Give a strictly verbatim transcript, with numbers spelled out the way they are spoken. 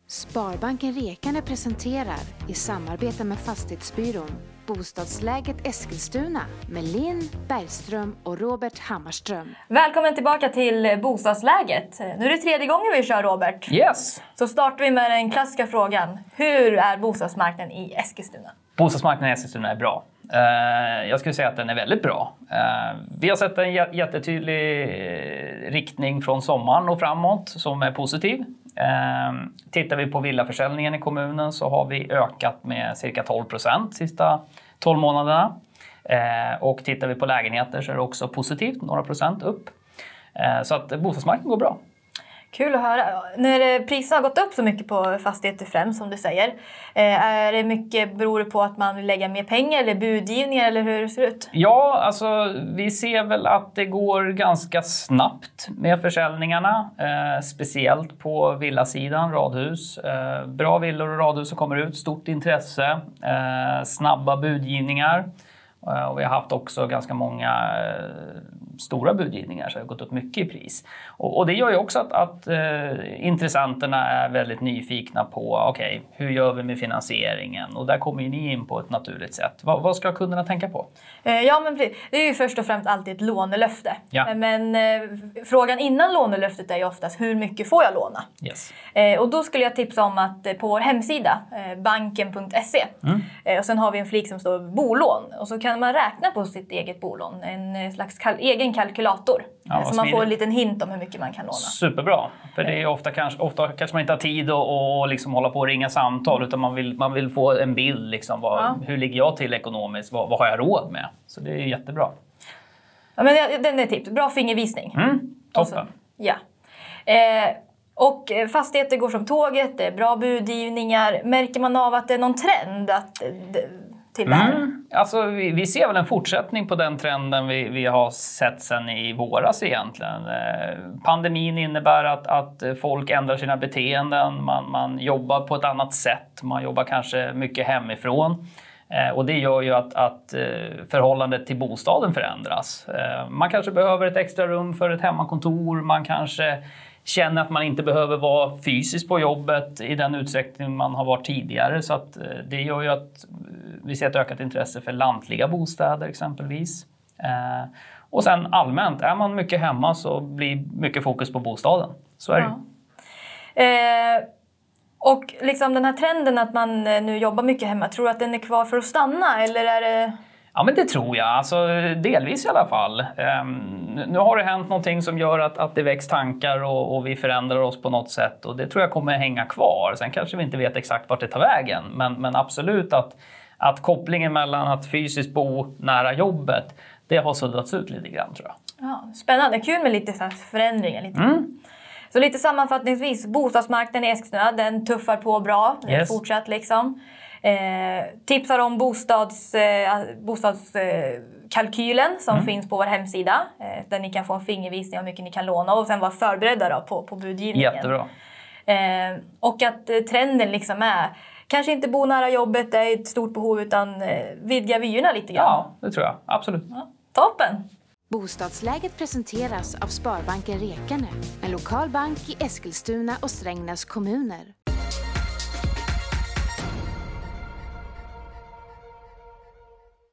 Sparbanken Rekane presenterar i samarbete med Fastighetsbyrån Bostadsläget Eskilstuna med Linn Bergström och Robert Hammarström. Välkommen tillbaka till Bostadsläget. Nu är det tredje gången vi kör, Robert. Yes! Så startar vi med den klassiska frågan. Hur är bostadsmarknaden i Eskilstuna? Bostadsmarknaden i Eskilstuna är bra. Jag skulle säga att den är väldigt bra. Vi har sett en jättetydlig riktning från sommaren och framåt som är positiv. Tittar vi på villaförsäljningen i kommunen så har vi ökat med cirka tolv procent de sista tolv månaderna. Och tittar vi på lägenheter så är det också positivt, några procent upp. Så att bostadsmarknaden går bra. Kul att höra. När priserna har gått upp så mycket på fastigheter främst, som du säger, är det mycket, beror det på att man vill lägga mer pengar eller budgivningar, eller hur det ser ut? Ja, alltså vi ser väl att det går ganska snabbt med försäljningarna. Eh, speciellt på villasidan, radhus. Eh, bra villor och radhus som kommer ut, stort intresse, eh, snabba budgivningar. Eh, och vi har haft också ganska många eh, stora budgivningar, så det har gått upp mycket i pris. Och, och det gör ju också att, att eh, intressenterna är väldigt nyfikna på okej, okay, hur gör vi med finansieringen? Och där kommer ju ni in på ett naturligt sätt. Va, vad ska kunderna tänka på? Eh, ja, men det är ju först och främst alltid ett lånelöfte. Ja. Men eh, frågan innan lånelöftet är ju oftast hur mycket får jag låna? Yes. Eh, och då skulle jag tipsa om att eh, på vår hemsida, eh, banken punkt se, mm. eh, och sen har vi en flik som står bolån. Och så kan man räkna på sitt eget bolån, en eh, slags kal- egen kalkylator. Ja, så man får en liten hint om hur mycket man kan låna. Superbra. För det är ofta kanske, ofta kanske man inte har tid att och liksom hålla på och ringa samtal, utan man vill, man vill få en bild. Liksom, vad, ja. Hur ligger jag till ekonomiskt? Vad, vad har jag råd med? Så det är jättebra. Ja, men den är tips. Bra fingervisning. Mm, toppen. Så, ja. Eh, och fastigheter går som tåget. Det är bra budgivningar. Märker man av att det är någon trend att... till det här? Mm. Alltså, vi, vi ser väl en fortsättning på den trenden vi, vi har sett sedan i våras egentligen. Eh, pandemin innebär att, att folk ändrar sina beteenden, man, man jobbar på ett annat sätt, man jobbar kanske mycket hemifrån. Eh, och det gör ju att, att eh, förhållandet till bostaden förändras. Eh, man kanske behöver ett extra rum för ett hemmakontor, man kanske känner att man inte behöver vara fysiskt på jobbet i den utsträckning man har varit tidigare. Så att det gör ju att vi ser ett ökat intresse för lantliga bostäder exempelvis. Eh, och sen allmänt, är man mycket hemma så blir mycket fokus på bostaden. Så är det. Ja. Eh, och liksom den här trenden att man nu jobbar mycket hemma, tror du att den är kvar för att stanna, eller är det... Ja, men det tror jag. Alltså, delvis i alla fall. Um, nu har det hänt någonting som gör att, att det väcks tankar och, och vi förändrar oss på något sätt. Och det tror jag kommer hänga kvar. Sen kanske vi inte vet exakt vart det tar vägen. Men, men absolut att, att kopplingen mellan att fysiskt bo nära jobbet, det har suddats ut lite grann, tror jag. Ja, spännande. Kul med lite så här förändringar. Lite. Mm. Så lite sammanfattningsvis, bostadsmarknaden i Eskilstuna, den tuffar på bra. Yes. Fortsatt liksom. Eh, tipsar om bostads, eh, bostadskalkylen som mm. finns på vår hemsida. Eh, där ni kan få en fingervisning om hur mycket ni kan låna och sen vara förberedda då på, på budgivningen. Jättebra. Eh, och att eh, trenden liksom är, kanske inte bo nära jobbet, det är ett stort behov, utan eh, vidga vyerna lite grann. Ja, det tror jag. Absolut. Ja, toppen! Bostadsläget presenteras av Sparbanken Rekane, en lokal bank i Eskilstuna och Strängnäs kommuner.